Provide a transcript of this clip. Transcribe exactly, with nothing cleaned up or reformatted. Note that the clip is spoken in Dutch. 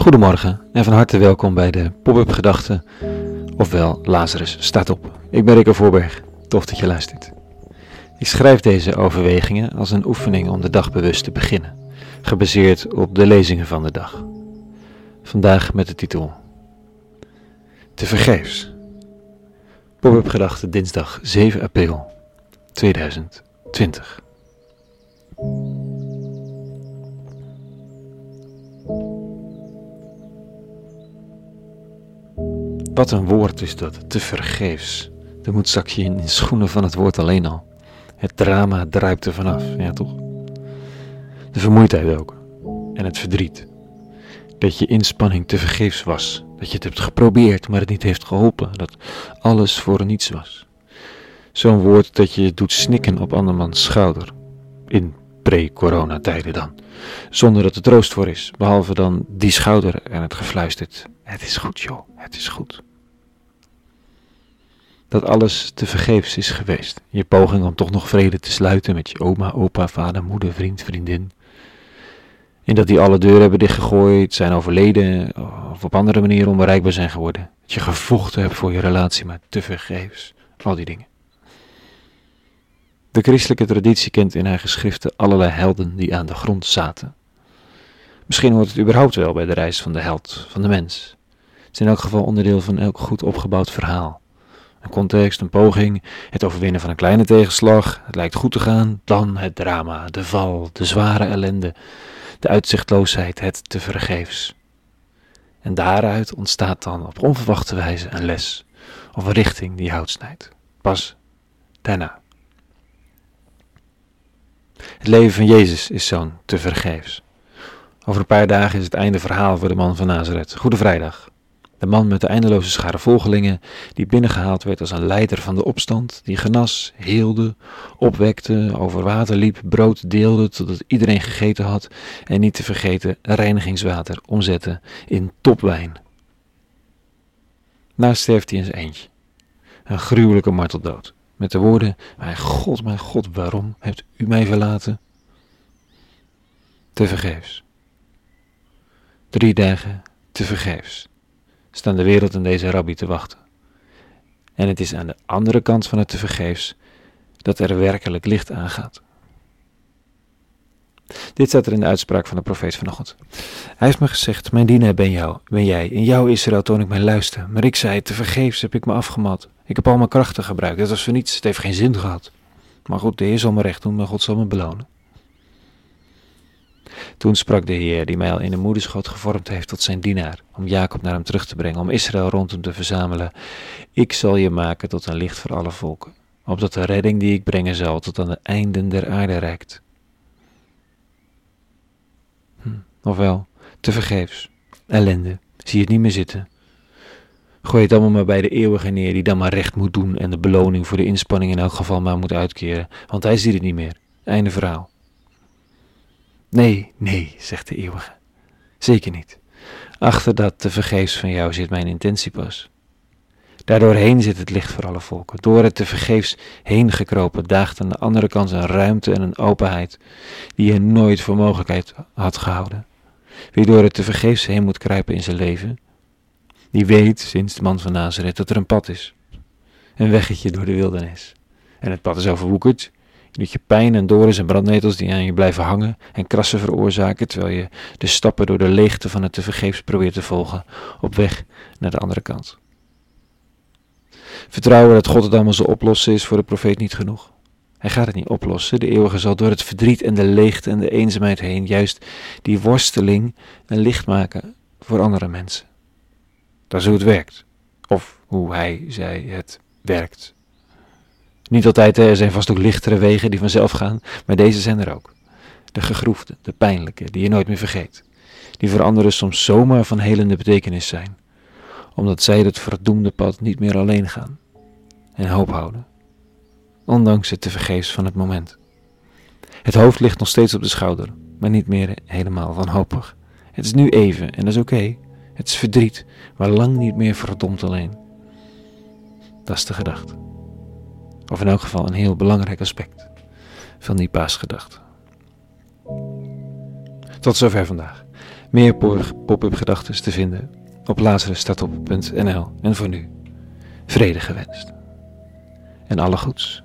Goedemorgen en van harte welkom bij de Pop-up Gedachten, ofwel Lazarus staat op. Ik ben Rico Voorberg, tof dat je luistert. Ik schrijf deze overwegingen als een oefening om de dag bewust te beginnen, gebaseerd op de lezingen van de dag. Vandaag met de titel Tevergeefs. Pop-up Gedachten dinsdag zeven april tweeduizend twintig. Wat een woord is dat, tevergeefs. Er moet zakje in de schoenen van het woord alleen al. Het drama druipt er vanaf, ja toch? De vermoeidheid ook. En het verdriet. Dat je inspanning tevergeefs was. Dat je het hebt geprobeerd, maar het niet heeft geholpen. Dat alles voor niets was. Zo'n woord dat je doet snikken op andermans schouder. In pre-coronatijden dan. Zonder dat er troost voor is. Behalve dan die schouder en het gefluisterd. Het is goed joh, het is goed. Dat alles tevergeefs is geweest. Je poging om toch nog vrede te sluiten met je oma, opa, vader, moeder, vriend, vriendin. En dat die alle deuren hebben dichtgegooid, zijn overleden of op andere manieren onbereikbaar zijn geworden. Dat je gevochten hebt voor je relatie, maar tevergeefs. Al die dingen. De christelijke traditie kent in haar geschriften allerlei helden die aan de grond zaten. Misschien hoort het überhaupt wel bij de reis van de held, van de mens. Het is in elk geval onderdeel van elk goed opgebouwd verhaal. Een context, een poging, het overwinnen van een kleine tegenslag, het lijkt goed te gaan, dan het drama, de val, de zware ellende, de uitzichtloosheid, het tevergeefs. En daaruit ontstaat dan op onverwachte wijze een les of een richting die hout snijdt. Pas daarna. Het leven van Jezus is zo'n tevergeefs. Over een paar dagen is het einde verhaal voor de man van Nazareth. Goede Vrijdag. De man met de eindeloze schare volgelingen die binnengehaald werd als een leider van de opstand, die genas, heelde, opwekte, over water liep, brood deelde totdat iedereen gegeten had en niet te vergeten reinigingswater omzette in topwijn. Daar sterft hij in zijn eentje. Een gruwelijke marteldood. Met de woorden, mijn God, mijn God, waarom hebt u mij verlaten? Tevergeefs. Drie dagen tevergeefs staan de wereld en deze rabbi te wachten. En het is aan de andere kant van het tevergeefs dat er werkelijk licht aangaat. Dit staat er in de uitspraak van de profeet vanochtend. Hij heeft me gezegd, mijn dienaar ben, jou, ben jij, in jou Israël toon ik mijn luister. Maar ik zei, tevergeefs heb ik me afgemat. Ik heb al mijn krachten gebruikt, dat was voor niets, het heeft geen zin gehad. Maar goed, de Heer zal me recht doen, maar God zal me belonen. Toen sprak de Heer, die mij al in de moederschoot gevormd heeft tot zijn dienaar, om Jacob naar hem terug te brengen, om Israël rond hem te verzamelen. Ik zal je maken tot een licht voor alle volken, opdat de redding die ik brengen zal tot aan de einden der aarde reikt. Hm, ofwel, tevergeefs, ellende, zie je het niet meer zitten. Gooi het allemaal maar bij de eeuwige neer, die dan maar recht moet doen en de beloning voor de inspanning in elk geval maar moet uitkeren, want hij ziet het niet meer. Einde verhaal. Nee, nee, zegt de eeuwige. Zeker niet. Achter dat tevergeefs van jou zit mijn intentie pas. Daardoorheen zit het licht voor alle volken. Door het tevergeefs heen gekropen daagt aan de andere kant een ruimte en een openheid die je nooit voor mogelijkheid had gehouden. Wie door het tevergeefs heen moet kruipen in zijn leven, die weet sinds de man van Nazareth dat er een pad is. Een weggetje door de wildernis. En het pad is overwoekerd. Je doet je pijn en dorens en brandnetels die aan je blijven hangen en krassen veroorzaken, terwijl je de stappen door de leegte van het tevergeefs probeert te volgen, op weg naar de andere kant. Vertrouwen dat God het allemaal zal oplossen is voor de profeet niet genoeg. Hij gaat het niet oplossen, de eeuwige zal door het verdriet en de leegte en de eenzaamheid heen juist die worsteling een licht maken voor andere mensen. Dat is hoe het werkt, of hoe hij, zij het werkt. Niet altijd, er zijn vast ook lichtere wegen die vanzelf gaan, maar deze zijn er ook. De gegroefde, de pijnlijke, die je nooit meer vergeet. Die voor anderen soms zomaar van helende betekenis zijn, omdat zij het verdoemde pad niet meer alleen gaan en hoop houden. Ondanks het tevergeefs van het moment. Het hoofd ligt nog steeds op de schouder, maar niet meer helemaal wanhopig. Het is nu even en dat is oké. Okay. Het is verdriet, maar lang niet meer verdomd alleen. Dat is de gedachte. Of in elk geval een heel belangrijk aspect van die paasgedachte. Tot zover vandaag. Meer pop-up gedachten te vinden op lazarusstaatop punt n l. En voor nu, vrede gewenst. En alle goeds.